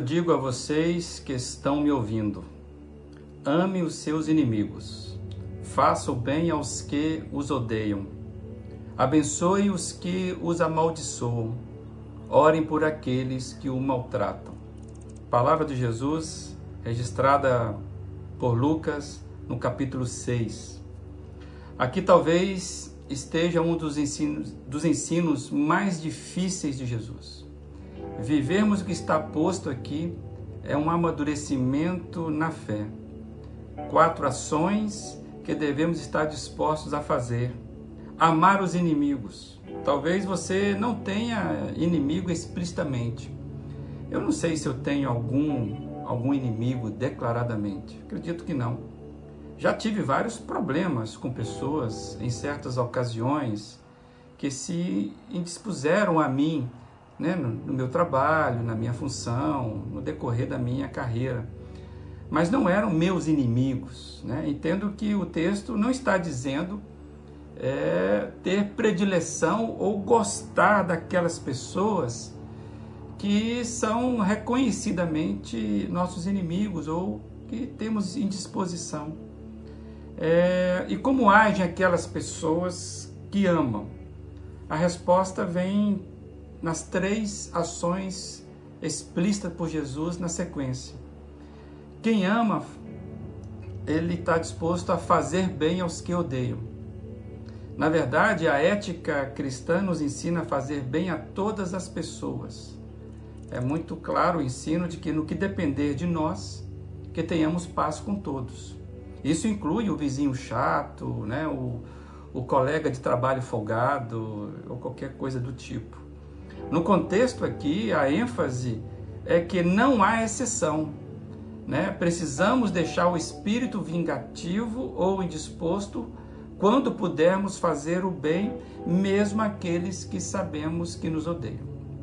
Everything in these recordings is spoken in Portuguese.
digo a vocês que estão me ouvindo: ame os seus inimigos, faça o bem aos que os odeiam, abençoe os que os amaldiçoam, orem por aqueles que o maltratam. Palavra de Jesus, registrada por Lucas, no capítulo 6. Aqui talvez esteja um dos ensinos mais difíceis de Jesus. Vivermos o que está posto aqui é um amadurecimento na fé. 4 ações que devemos estar dispostos a fazer. Amar os inimigos. Talvez você não tenha inimigo explicitamente. Eu não sei se eu tenho algum inimigo declaradamente. Acredito que não. Já tive vários problemas com pessoas em certas ocasiões que se indispuseram a mim, né, no meu trabalho, na minha função, no decorrer da minha carreira. Mas não eram meus inimigos, né? Entendo que o texto não está dizendo ter predileção ou gostar daquelas pessoas que são reconhecidamente nossos inimigos ou que temos indisposição. E como agem aquelas pessoas que amam? A resposta vem nas 3 ações explícitas por Jesus na sequência. Quem ama, ele está disposto a fazer bem aos que odeiam. Na verdade, a ética cristã nos ensina a fazer bem a todas as pessoas. É muito claro o ensino de que no que depender de nós, que tenhamos paz com todos. Isso inclui o vizinho chato, né, o colega de trabalho folgado ou qualquer coisa do tipo. No contexto aqui, a ênfase é que não há exceção, né? Precisamos deixar o espírito vingativo ou indisposto quando pudermos fazer o bem, mesmo àqueles que sabemos que nos odeiam.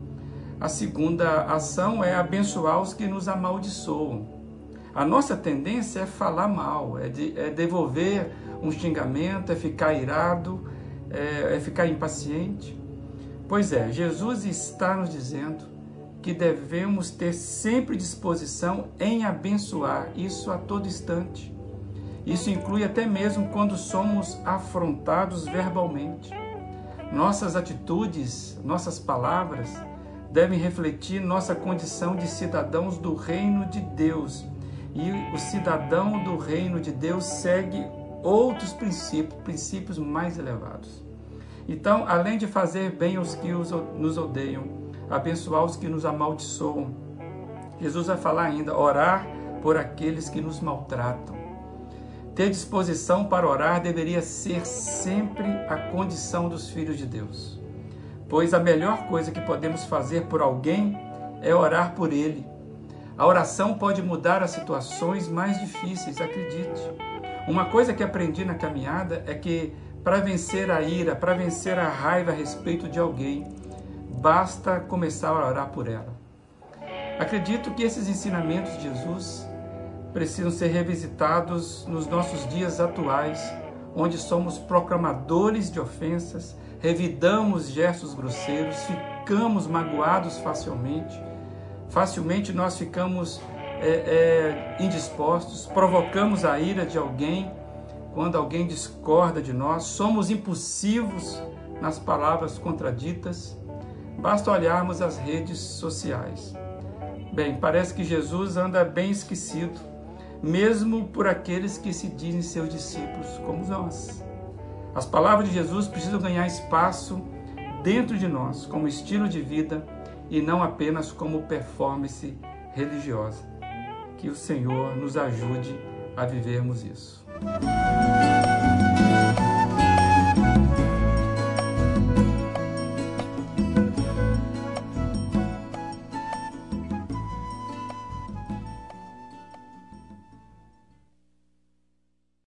A segunda ação é abençoar os que nos amaldiçoam. A nossa tendência é falar mal, é devolver um xingamento, é ficar irado, é ficar impaciente. Pois é, Jesus está nos dizendo que devemos ter sempre disposição em abençoar, isso a todo instante. Isso inclui até mesmo quando somos afrontados verbalmente. Nossas atitudes, nossas palavras devem refletir nossa condição de cidadãos do reino de Deus. E o cidadão do reino de Deus segue outros princípios mais elevados. Então, além de fazer bem aos que nos odeiam, abençoar os que nos amaldiçoam, Jesus vai falar ainda, orar por aqueles que nos maltratam. Ter disposição para orar deveria ser sempre a condição dos filhos de Deus, pois a melhor coisa que podemos fazer por alguém é orar por ele. A oração pode mudar as situações mais difíceis, acredite. Uma coisa que aprendi na caminhada é que para vencer a ira, para vencer a raiva a respeito de alguém, basta começar a orar por ela. Acredito que esses ensinamentos de Jesus precisam ser revisitados nos nossos dias atuais, onde somos proclamadores de ofensas, revidamos gestos grosseiros, ficamos magoados facilmente. Facilmente nós ficamos indispostos, provocamos a ira de alguém quando alguém discorda de nós, somos impulsivos nas palavras contraditas. Basta olharmos as redes sociais. Bem, parece que Jesus anda bem esquecido, mesmo por aqueles que se dizem seus discípulos, como nós. As palavras de Jesus precisam ganhar espaço dentro de nós, como estilo de vida e não apenas como performance religiosa. Que o Senhor nos ajude a vivermos isso.